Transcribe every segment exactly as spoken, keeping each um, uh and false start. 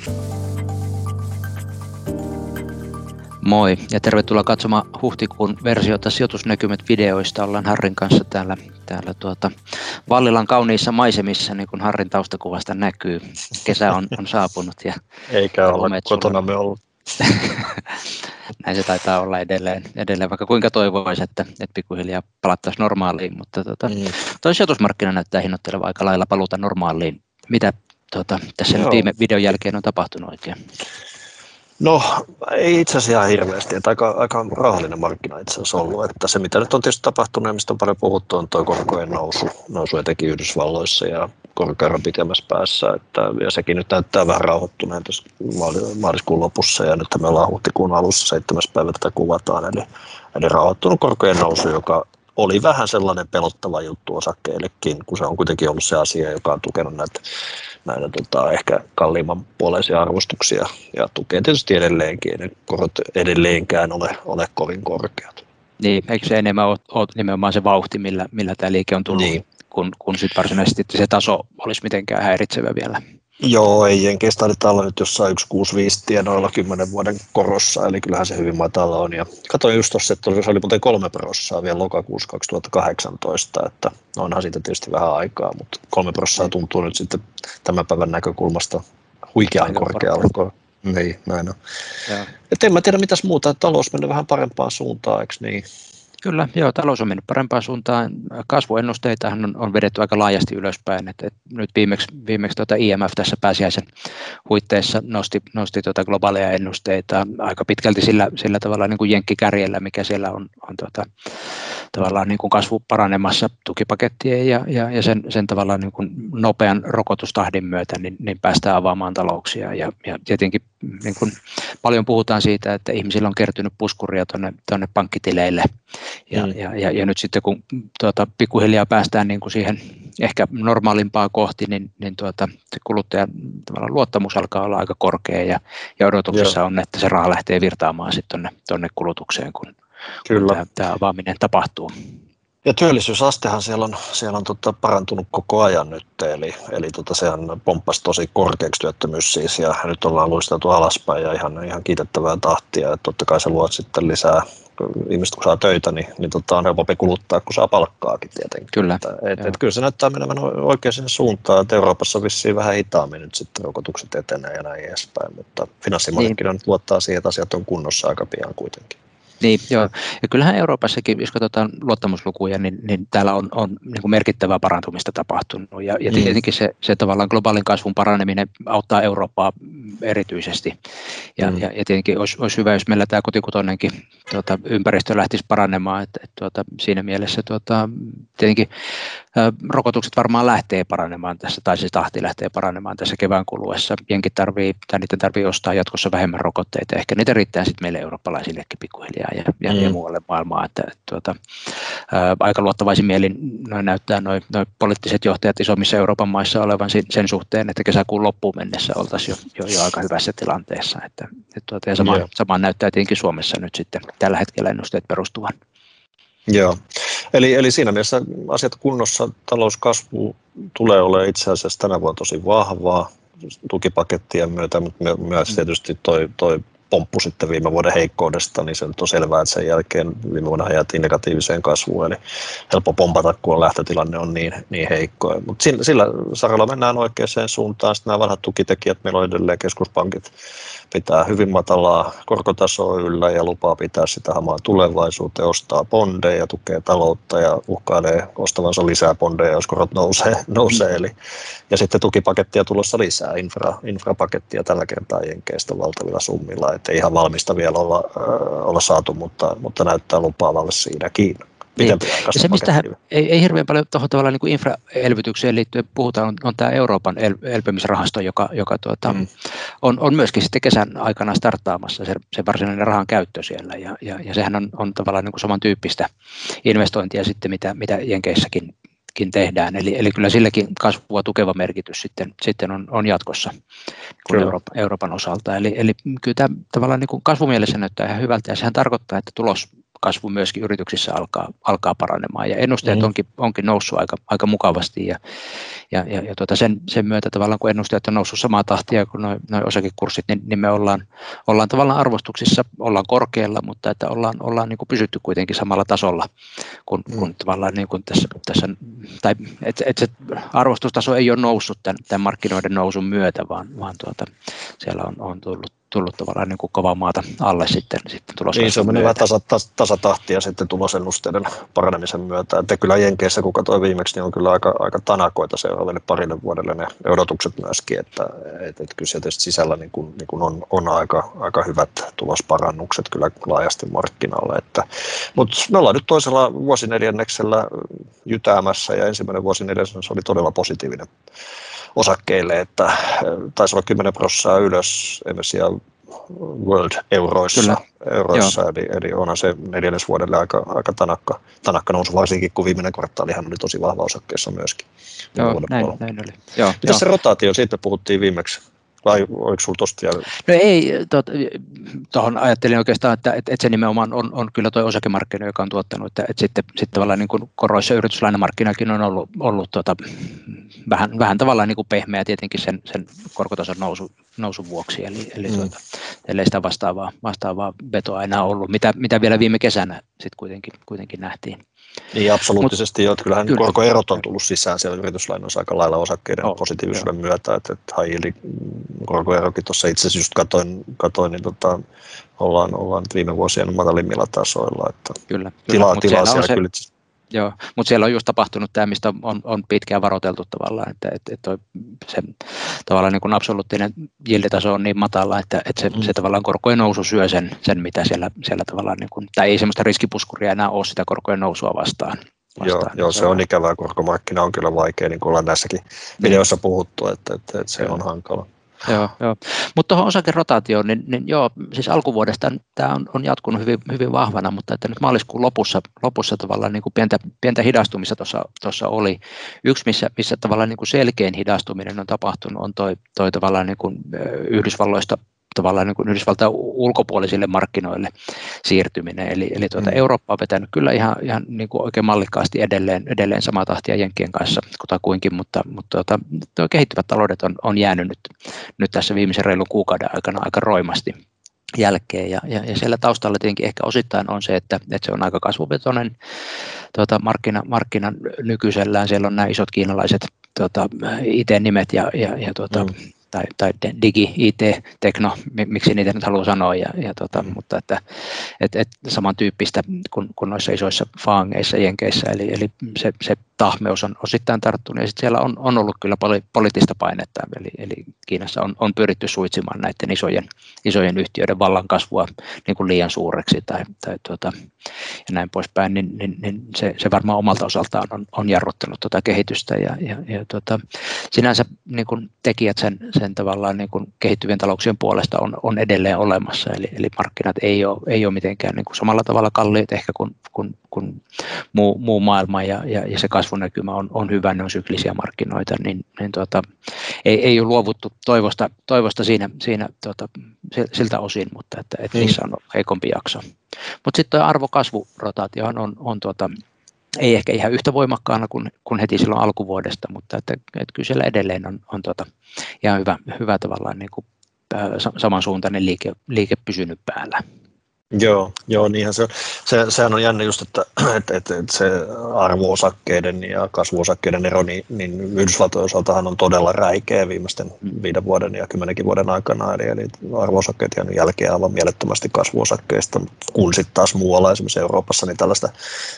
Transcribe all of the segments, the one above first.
Moi ja tervetuloa katsomaan huhtikuun versiota sijoitusnäkymät-videoista. Ollaan Harrin kanssa täällä, täällä tuota Vallilan kauniissa maisemissa, niin kuin Harrin taustakuvasta näkyy. Kesä on, on saapunut. Ja, Eikä ja olla kotona me ollut. Näin se taitaa olla edelleen, edelleen vaikka kuinka toivoisi, että, että pikkuhiljaa palattaisiin normaaliin. Mutta tuota, mm. tuo sijoitusmarkkina näyttää hinnoitteleva aika lailla paluuta normaaliin. Mitä tuota, tässä nyt viime videon jälkeen on tapahtunut oikein? No ei itse asiassa ihan hirveästi, että aika, aika rauhallinen markkina itse asiassa ollut, että se mitä nyt on tietysti tapahtunut ja mistä on paljon puhuttu on tuo korkojen nousu, nousu etenkin Yhdysvalloissa ja korkeuden pitemmässä päässä, että, ja sekin nyt näyttää vähän rauhoittuneen tuossa maaliskuun lopussa ja nyt me ollaan huhtikuun alussa seitsemäs päivä tätä kuvataan, eli, eli rauhoittunut korkojen nousu, joka oli vähän sellainen pelottava juttu osakkeillekin, kun se on kuitenkin ollut se asia, joka on tukenut näitä näitä tota, ehkä kalliimman puoleisia arvostuksia ja tukee tietysti edelleenkin, ne korot edelleenkään ole, ole kovin korkeat. Niin, eikö se enemmän ole, ole nimenomaan se vauhti, millä, millä tämä liike on tullut, niin. kun, kun sitten varsinaisesti se taso olisi mitenkään häiritsevä vielä? Joo, ei Jenkeistä taitaa olla nyt jossain yksi pilkku kuusikymmentäviisi tienoilla kymmenen vuoden korossa, eli kyllähän se hyvin matala on. Ja katsoin just tuossa, että se oli muuten kolme prosenttia vielä lokakuussa kaksituhattakahdeksantoista, että onhan siitä tietysti vähän aikaa, mutta kolme prosenttia tuntuu nyt sitten tämän päivän näkökulmasta huikean korkealle. Niin, näin on. Et en mä tiedä mitäs muuta, että talous menee vähän parempaan suuntaan, eikö niin? Kyllä, joo, talous on mennyt parempaan suuntaan. Kasvuennusteitahan on, on vedetty aika laajasti ylöspäin. Et, et nyt viimeksi, viimeksi tuota I M F tässä pääsiäisen huitteissa nosti, nosti tuota globaaleja ennusteita aika pitkälti sillä, sillä tavalla niin kuin jenkkikärjellä, mikä siellä on, on tuota, tavallaan niin kuin kasvu paranemassa tukipakettien ja, ja, ja sen, sen tavallaan niin kuin nopean rokotustahdin myötä niin, niin päästään avaamaan talouksia. Ja, ja tietenkin niin kuin paljon puhutaan siitä, että ihmisillä on kertynyt puskuria tuonne pankkitileille. Ja, mm. ja, ja, ja nyt sitten kun tuota, pikkuhiljaa päästään niin kuin siihen ehkä normaalimpaa kohti, niin, niin tuota, kuluttajan tavallaan luottamus alkaa olla aika korkea ja, ja odotuksessa Joo. on, että se raha lähtee virtaamaan sitten tuonne kulutukseen, kun, kun tämä, tämä avaaminen tapahtuu. Ja työllisyysastehan siellä on, siellä on tota parantunut koko ajan nyt, eli, eli tota sehän pomppasi tosi korkeaksi työttömyys siis, ja nyt ollaan luisteltu alaspäin ja ihan, ihan kiitettävää tahtia, että totta kai se luo sitten lisää, ihmiset kun saa töitä, niin, niin tota on helpompi kuluttaa, kun saa palkkaakin tietenkin. Kyllä. Että, et, et kyllä se näyttää menevän oikeaan suuntaan, että Euroopassa vissiin vähän hitaammin nyt sitten rokotukset etenee ja näin edespäin, mutta finanssimarkkina niin. nyt luottaa siihen, että asiat on kunnossa aika pian kuitenkin. Niin, joo. Ja kyllähän Euroopassakin, jos katsotaan luottamuslukuja, niin, niin täällä on, on niin kuin merkittävää parantumista tapahtunut. Ja, ja tietenkin se, se tavallaan globaalin kasvun paraneminen auttaa Eurooppaa erityisesti. Ja, mm. ja, ja tietenkin olisi, olisi hyvä, jos meillä tämä kotikutoinenkin tuota, ympäristö lähtisi paranemaan. Et, et, tuota, siinä mielessä tuota, tietenkin ä, rokotukset varmaan lähtee paranemaan tässä, tai se tahti lähtee paranemaan tässä kevään kuluessa. Jenkit tarvii, tai niiden tarvii ostaa jatkossa vähemmän rokotteita. Ehkä niitä riittää sitten meille eurooppalaisillekin pikkuhiljaa. Ja, ja, mm. ja muualle maailmaa, että, että tuota, ää, aika luottavaisin mielin noin näyttää noin noi poliittiset johtajat isommissa Euroopan maissa olevan sen, sen suhteen, että kesäkuun loppuun mennessä oltaisiin jo, jo, jo aika hyvässä tilanteessa. Että, että tuota, ja samaan, yeah. samaan näyttää tietenkin Suomessa nyt sitten tällä hetkellä ennusteet perustuvan. Joo, eli, eli siinä mielessä asiat kunnossa, talouskasvu tulee olemaan itse asiassa tänä vuonna tosi vahvaa tukipakettien myötä, mutta myös tietysti toi, toi pomppu sitten viime vuoden heikkoudesta, niin se nyt on selvää, että sen jälkeen viime vuonna jäätiin negatiiviseen kasvuun, eli helppo pompata, kun lähtötilanne on niin, niin heikko. Mutta sillä, sillä saralla mennään oikeaan suuntaan. Sitten nämä vanhat tukitekijät, meillä on edelleen keskuspankit, pitää hyvin matalaa korkotasoa yllä ja lupaa pitää sitä hamaan tulevaisuuteen, ostaa bondeja, tukee taloutta ja uhkailee ostavansa lisää bondeja, jos korot nousee. nousee. Eli, ja sitten tukipakettia tulossa lisää, infra, infrapakettia tällä kertaa Jenkeistä valtavilla summilla. Että ei ihan valmista vielä olla, äh, olla saatu, mutta, mutta näyttää lupaavalle siinäkin. Niin. Ja se, mistä ei, ei hirveän paljon tuohon tavallaan niin kuin infraelvytykseen liittyen puhutaan, on, on tämä Euroopan el, elpymisrahasto, joka, joka tuota, mm. on, on myöskin sitten kesän aikana starttaamassa se, se varsinainen rahan käyttö siellä. Ja, ja, ja sehän on, on tavallaan niin kuin samantyyppistä investointia sitten, mitä, mitä Jenkeissäkin tehdään. Eli, eli kyllä silläkin kasvua tukeva merkitys sitten, sitten on, on jatkossa kuin Euroopan, Euroopan osalta. Eli, eli kyllä tämä tavallaan niin kuin kasvumielessä näyttää ihan hyvältä, ja sehän tarkoittaa, että tulos kasvu myöskin yrityksissä alkaa, alkaa paranemaan ja ennusteet Mm. onkin, onkin noussut aika, aika mukavasti ja, ja, ja, ja tuota sen, sen myötä tavallaan kun ennusteet on noussut samaa tahtia kuin nuo osakekurssit, niin, niin me ollaan, ollaan tavallaan arvostuksissa, ollaan korkealla, mutta että ollaan, ollaan niin kuin pysytty kuitenkin samalla tasolla kun, mm. kun tavallaan niin kuin tässä, tässä tai että et se arvostustaso ei ole noussut tämän, tämän markkinoiden nousun myötä, vaan, vaan tuota, siellä on, on tullut, tullut tavallaan niin kuin kovaa maata alle sitten, sitten tuloskasvun Niin, se on mennyt myötä. vähän tasa, tas, tasatahtia sitten tulosennusteiden paranemisen myötä. Että kyllä Jenkeissä, kun katsoin viimeksi, niin on kyllä aika, aika tanakoita seuraaville parille vuodelle ne odotukset myöskin, että et, et kyllä sieltä sisällä niin kuin, niin kuin on, on aika, aika hyvät tulosparannukset kyllä laajasti markkinalle. Mutta me ollaan nyt toisella vuosineljänneksellä jytäämässä ja ensimmäinen vuosineljänneksellä oli todella positiivinen osakkeille, että taisi olla kymmenen prosenttia ylös esimerkiksi World-euroissa, euroissa, eli, eli onhan se neljännesvuodelle aika, aika tanakka, tanakka nousu, varsinkin kun viimeinen kvartaalihan oli tosi vahva osakkeessa myöskin. Joo, näin, näin oli. Joo, Mitäs jo. Se rotaatio, siitä puhuttiin viimeksi, vai oliko sinulla tuosta vielä? No ei, tuohon to, ajattelin oikeastaan, että, että, että se nimenomaan on, on kyllä tuo osakemarkkina, joka on tuottanut, että, että sitten, sitten tavallaan niin kuin koroissa yrityslainamarkkinakin on ollut, ollut tuota, vähän, vähän tavallaan niin kuin pehmeä tietenkin sen, sen korkotason nousu, nousun vuoksi, eli, eli mm. tuota, ellei sitä vastaavaa, vastaavaa vetoa enää ollut, mitä, mitä vielä viime kesänä sitten kuitenkin, kuitenkin nähtiin. Niin absoluuttisesti jo, että kyllähän kyllä. Korkoerot on tullut sisään siellä yrityslainoissa aika lailla osakkeiden oh, positiivisuuden jo. myötä, että, että high yield korkoerokin tuossa itse asiassa just katoin, katoin niin tota, ollaan, ollaan viime vuosien matalimmilla tasoilla, että kyllä, tilaa, kyllä. tilaa siellä se, kyllä. Joo, mutta siellä on just tapahtunut tämä, mistä on, on pitkään varoiteltu tavallaan, että, että, että se tavallaan niin kuin absoluuttinen yield-taso on niin matala, että, että se, mm. se tavallaan korkojen nousu syö sen, sen mitä siellä, siellä tavallaan, niin kuin, tai ei semmoista riskipuskuria enää ole sitä korkojen nousua vastaan. Joo, joo, se on ikävää, korkomarkkina on kyllä vaikea, niin kuin ollaan näissäkin videoissa puhuttu, että, että, että se joo. on hankala. Joo, joo. Mutta tuohon osakerotaatioon, niin, niin joo, siis alkuvuodesta tämä on, on jatkunut hyvin, hyvin vahvana, mutta että nyt maaliskuun lopussa, lopussa tavallaan niin kuin pientä, pientä hidastumista tuossa oli. Yksi, missä, missä tavallaan niin kuin selkein hidastuminen on tapahtunut, on toi, toi tavallaan niin kuin Yhdysvalloista tavallaan niin kuin Yhdysvaltain ulkopuolisille markkinoille siirtyminen. Eli, eli tuota, mm. Eurooppa on vetänyt kyllä ihan, ihan niin kuin oikein mallikkaasti edelleen, edelleen samaa tahtia Jenkkien kanssa kutakuinkin, mutta, mutta tuota, tuo kehittyvät taloudet on, on jäänyt nyt, nyt tässä viimeisen reilun kuukauden aikana aika roimasti jälkeen. Ja, ja, ja siellä taustalla tietenkin ehkä osittain on se, että, että se on aika kasvuvetoinen tuota, markkina, markkinan nykyisellään. Siellä on nämä isot kiinalaiset tuota, I T-nimet ja, ja, ja tuota, mm. tai, tai digi, I T, tekno, miksi niitä nyt haluaa sanoa, ja, ja tota, mm. mutta että et, et samantyyppistä kuin, kuin noissa isoissa faangeissa, jenkeissä, eli, eli se, se tahmeus on osittain tarttunut, ja sitten siellä on, on ollut kyllä poli, poliittista painetta, eli, eli Kiinassa on, on pyritty suitsimaan näiden isojen, isojen yhtiöiden vallan kasvua niin kuin liian suureksi, tai, tai tuota, ja näin poispäin, niin, niin, niin se, se varmaan omalta osaltaan on, on jarruttanut tuota kehitystä, ja, ja, ja tuota, sinänsä niin kuin tekijät sen, sen tavallaan niin kuin kehittyvien talouksien puolesta on, on edelleen olemassa, eli, eli markkinat ei ole, ei ole mitenkään niin kuin samalla tavalla kalliit ehkä kuin, kuin, kuin muu, muu maailma, ja, ja, ja se kasvunäkymä on, on hyvä, ne on syklisiä markkinoita, niin, niin tuota, ei, ei ole luovuttu toivosta, toivosta siinä, siinä tuota, siltä osin, mutta että, että niissä on heikompi jakso. Mutta sitten tuo arvokasvurotaatiohan on, on tuota, ei ehkä ihan yhtä voimakkaana kuin, kuin heti silloin alkuvuodesta, mutta että, että kyllä siellä edelleen on, on tuota, ihan hyvä, hyvä tavallaan niin kuin, äh, samansuuntainen liike, liike pysynyt päällä. Joo, joo niinhän se, se, sehän on jännä just, että, että, että, että se arvo-osakkeiden ja kasvuosakkeiden ero, niin, niin Yhdysvaltojen osaltahan on todella räikeä viimeisten viiden vuoden ja kymmenenkin vuoden aikana, eli, eli arvo-osakkeet jäänyt jälkeen aivan mielettömästi kasvuosakkeista, kun sitten taas muualla esimerkiksi Euroopassa niin tällaista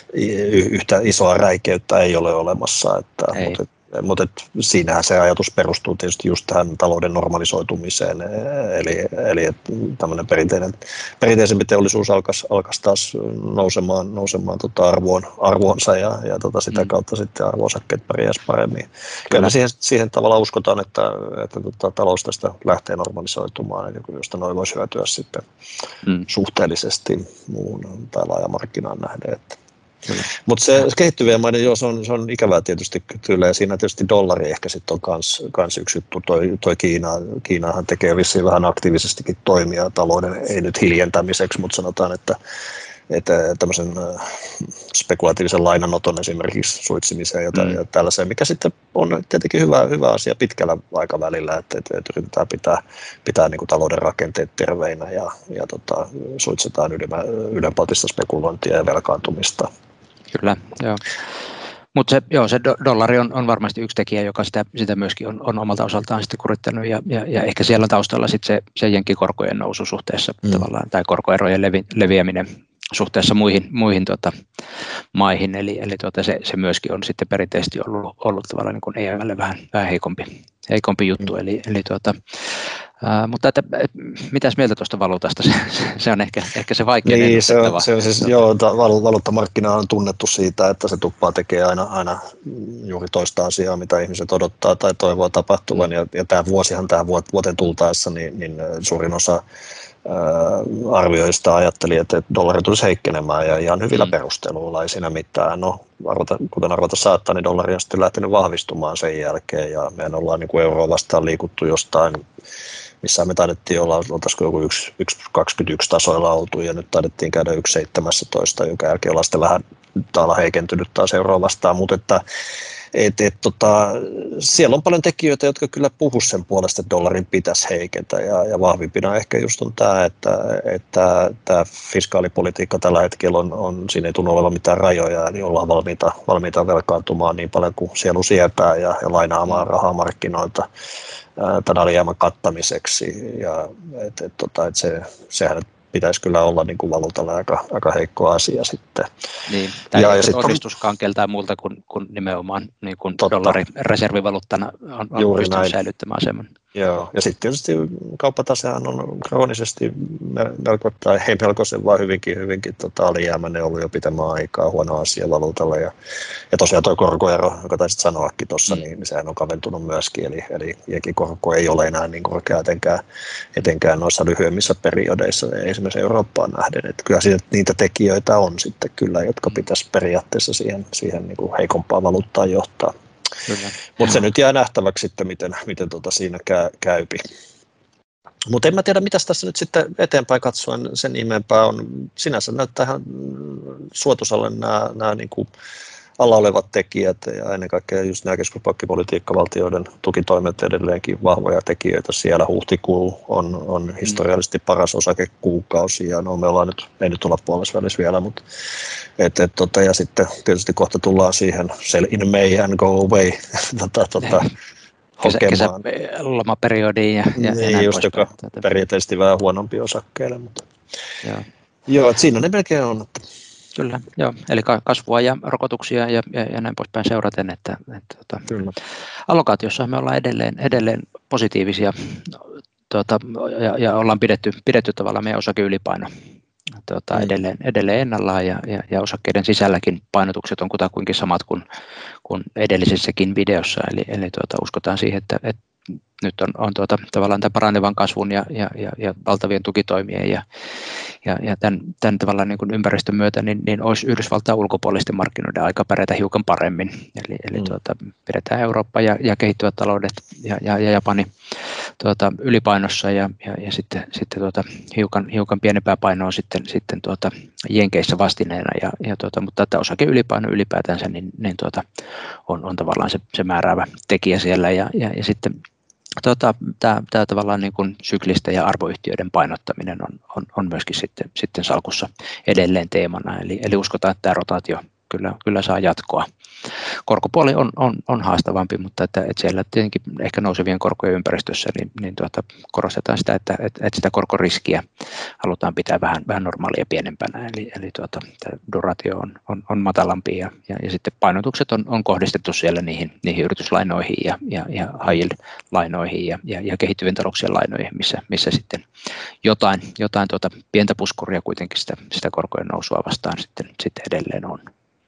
yhtä isoa räikeyttä ei ole olemassa, että, mutta mutta siinähän se ajatus perustuu tietysti just tähän talouden normalisoitumiseen, eli, eli että tämmöinen perinteinen, perinteisempi teollisuus alkaisi, alkaisi taas nousemaan, nousemaan tota arvoon, arvoonsa ja, ja tota sitä kautta mm. sitten arvo-osakkeet pärjäisi paremmin. Kyllä, Kyllä me siihen, siihen tavallaan uskotaan, että, että tota, talous tästä lähtee normalisoitumaan, eli josta noin voisi hyötyä sitten mm. suhteellisesti muun tai laajamarkkinaan nähden. Että mutta se kehittyvien maiden, joo, se on, se on ikävää tietysti kyllä, ja siinä tietysti dollari ehkä sitten on kans, kans yksi juttu, toi, toi Kiina, Kiinahan tekee vissiin vähän aktiivisestikin toimia talouden, ei nyt hiljentämiseksi, mutta sanotaan, että että tämmöisen spekulatiivisen lainanoton esimerkiksi suitsimiseen ja, mm. ja tällaiseen, mikä sitten on tietenkin hyvä, hyvä asia pitkällä aikavälillä, että, että yritetään pitää, pitää niin kuin talouden rakenteet terveinä ja, ja tota, suitsitaan ylenpaltista spekulointia ja velkaantumista. Kyllä, joo. Mutta se, joo, se dollari on, on varmasti yksi tekijä, joka sitä, sitä myöskin on, on omalta osaltaan sitten kurittanut, ja, ja, ja ehkä siellä taustalla sitten se, se jenkkikorkojen nousu suhteessa mm. tavallaan, tai korkoerojen levi, leviäminen suhteessa muihin, muihin tota, maihin, eli, eli tota, se, se myöskin on sitten perinteisesti ollut, ollut tavallaan niin kuin E M:lle vähän, vähän heikompi, heikompi juttu, mm. eli, eli tuota, Uh, mutta että, et, mitäs mieltä tuosta valuutasta? Se, se on ehkä, ehkä se vaikein niin, se ennustettava. on, se on siis, joo, valuuttamarkkina on tunnettu siitä, että se tuppaa tekee aina, aina juuri toista asiaa, mitä ihmiset odottaa tai toivoo tapahtuvan. Mm. Ja, ja tämä vuosihan tähän vuoteen tultaessa, niin, niin suurin osa ää, arvioista ajatteli, että dollari tulisi heikkenemään ja ihan hyvillä mm. perusteluilla, ei siinä mitään. No, arvata, kuten arvata saattaa, niin dollari on sitten lähtenyt vahvistumaan sen jälkeen ja meidän ollaan niin kuin euroa vastaan liikuttu jostain, missä me taidettiin olla, oltaisiko joku yksi pilkku kaksikymmentäyksi tasoilla oltu, ja nyt taidettiin käydä yksi pilkku seitsemäntoista, joka jälkeen ollaan sitten vähän taalla heikentynyt taas euroa vastaan, mutta että et, et, tota, siellä on paljon tekijöitä, jotka kyllä puhu sen puolesta, että dollarin pitäisi heikentä, ja, ja vahvimpina ehkä just on tämä, että, että tämä fiskaalipolitiikka tällä hetkellä on, on, siinä ei tunnu olevan mitään rajoja, niin ollaan valmiita, valmiita velkaantumaan niin paljon kuin sielu sietää ja, ja lainaamaan rahaa markkinoilta tämän alijäämän kattamiseksi, ja et, et, tota, et se, sehän pitäisi kyllä olla niin kuin valuutalle aika, aika heikko asia sitten. Niin, tai ja, ei todistuskaan keltään muulta kuin, kuin nimenomaan niin kuin dollarin reservivaluuttana on, on pystynyt näin säilyttämään aseman. Joo, ja sitten tietysti kauppatasehan on kroonisesti melko, tai ei melkoisen, vaan hyvinkin, hyvinkin tota, alijäämäinen ollut jo pitemmän aikaa, huono asia valuutalle. Ja, ja tosiaan tuo korkoero, joka taisit sanoakin tuossa, mm. niin, niin sehän on kaventunut myöskin, eli, eli jenkkikorko ei ole enää niin korkea etenkään, etenkään noissa lyhyemmissä periodeissa, esimerkiksi Eurooppaan nähden. Että kyllä siitä, niitä tekijöitä on sitten kyllä, jotka pitäisi periaatteessa siihen, siihen niin kuin heikompaan valuuttaan johtaa. Mutta se nyt jää nähtäväksi sitten, miten, miten tota siinä käy, käypi. Mutta en mä tiedä, mitä tässä nyt sitten eteenpäin katsoen sen ihmeempää on. Sinänsä näyttää ihan suotuisalle nämä, nämä niin kuin alla olevat tekijät ja ennen kaikkea just nämä keskuspankkipolitiikkavaltioiden tukitoimet edelleenkin vahvoja tekijöitä siellä. Huhtikuu on, on historiallisesti paras osakekuukausi ja no me ollaan nyt, ei nyt olla puolessa välissä vielä, mutta et, et, tota, ja sitten tietysti kohta tullaan siihen sell in May and go away tota, tota, Kesä, kesälomaperiodiin ja, ja, niin, ja näin just joka poispäin. Periaatteisesti vähän huonompi osakkeille, mutta joo, joo että siinä ne melkein on. Että kyllä, joo. Eli kasvua ja rokotuksia ja, ja, ja näin poispäin seuraten, että, että tota, allokaatiossa me ollaan edelleen, edelleen positiivisia tuota, ja, ja ollaan pidetty, pidetty tavallaan meidän osakeylipaino tuota, mm. edelleen, edelleen ennallaan ja, ja, ja osakkeiden sisälläkin painotukset on kutakuinkin samat kuin, kuin edellisessäkin videossa, eli, eli tuota, uskotaan siihen, että, että nyt on, on tuota, tavallaan tämän paranevan kasvun ja, ja, ja, ja valtavien tukitoimien ja, ja, ja tämän, tämän tavallaan niin kuin ympäristön myötä, niin, niin olisi Yhdysvaltain ulkopuolisten markkinoiden aika pärjätä hiukan paremmin. Eli, eli mm. tuota, pidetään Eurooppa ja, ja kehittyvät taloudet ja, ja, ja Japani tuota, ylipainossa ja, ja, ja sitten, sitten tuota, hiukan, hiukan pienempää painoa sitten, sitten tuota, Jenkeissä vastineena. Ja, ja tuota, mutta että osakeylipaino ylipäätänsä niin, niin tuota, on, on tavallaan se, se määräävä tekijä siellä ja, ja, ja sitten Tota, tämä, tämä tavallaan niin kuin syklisten ja arvoyhtiöiden painottaminen on, on, on myöskin sitten, sitten salkussa edelleen teemana, eli, eli uskotaan, että tämä rotaatio kyllä, kyllä saa jatkoa. Korkopuoli on, on, on haastavampi, mutta että, että siellä tietenkin ehkä nousevien korkojen ympäristössä niin, niin tuota, korostetaan sitä, että, että, että sitä korkoriskiä halutaan pitää vähän, vähän normaalia pienempänä, eli, eli tuota, tämä duratio on, on, on matalampi ja, ja, ja sitten painotukset on, on kohdistettu siellä niihin, niihin yrityslainoihin ja, ja, ja high yield-lainoihin ja, ja, ja kehittyvien talouksien lainoihin, missä, missä sitten jotain, jotain tuota pientä puskuria kuitenkin sitä, sitä korkojen nousua vastaan sitten, sitten edelleen on.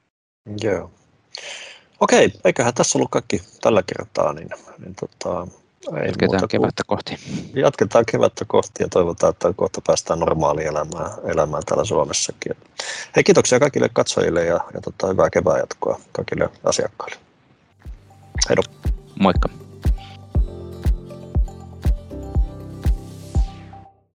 Joo. Okei, eiköhän tässä ollut kaikki tällä kertaa, niin, niin tota, ei jatketaan kevättä kohti. Jatketaan kevättä kohti ja toivotaan, että kohta päästään normaaliin elämään, elämään täällä Suomessakin. Hei, kiitoksia kaikille katsojille ja, ja tota, hyvää kevään jatkoa kaikille asiakkaille. Heido. Moikka.